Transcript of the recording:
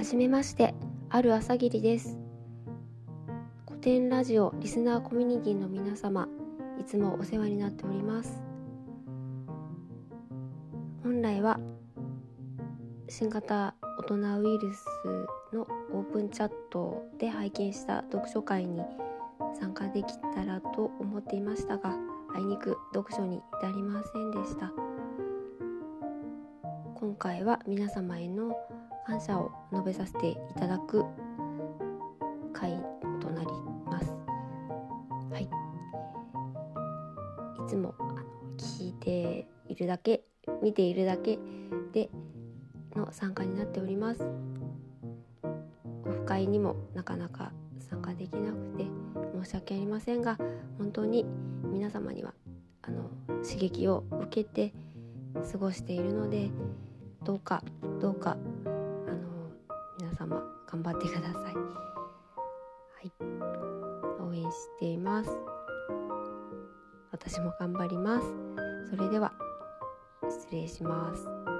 じめまして、ある朝霧です。古典ラジオリスナーコミュニティの皆様、いつもお世話になっております。本来は新型コロナウイルスのオープンチャットで拝見した読書会に参加できたらと思っていましたが、あいにく読書に至りませんでした。今回は皆様への感謝を述べさせていただく回となります。はい。いつも聞いているだけ、見ているだけでの参加になっております。オフ会にもなかなか参加できなくて申し訳ありませんが、本当に皆様には刺激を受けて過ごしているので、どうか皆様頑張ってください。はい、応援しています。私も頑張ります。それでは失礼します。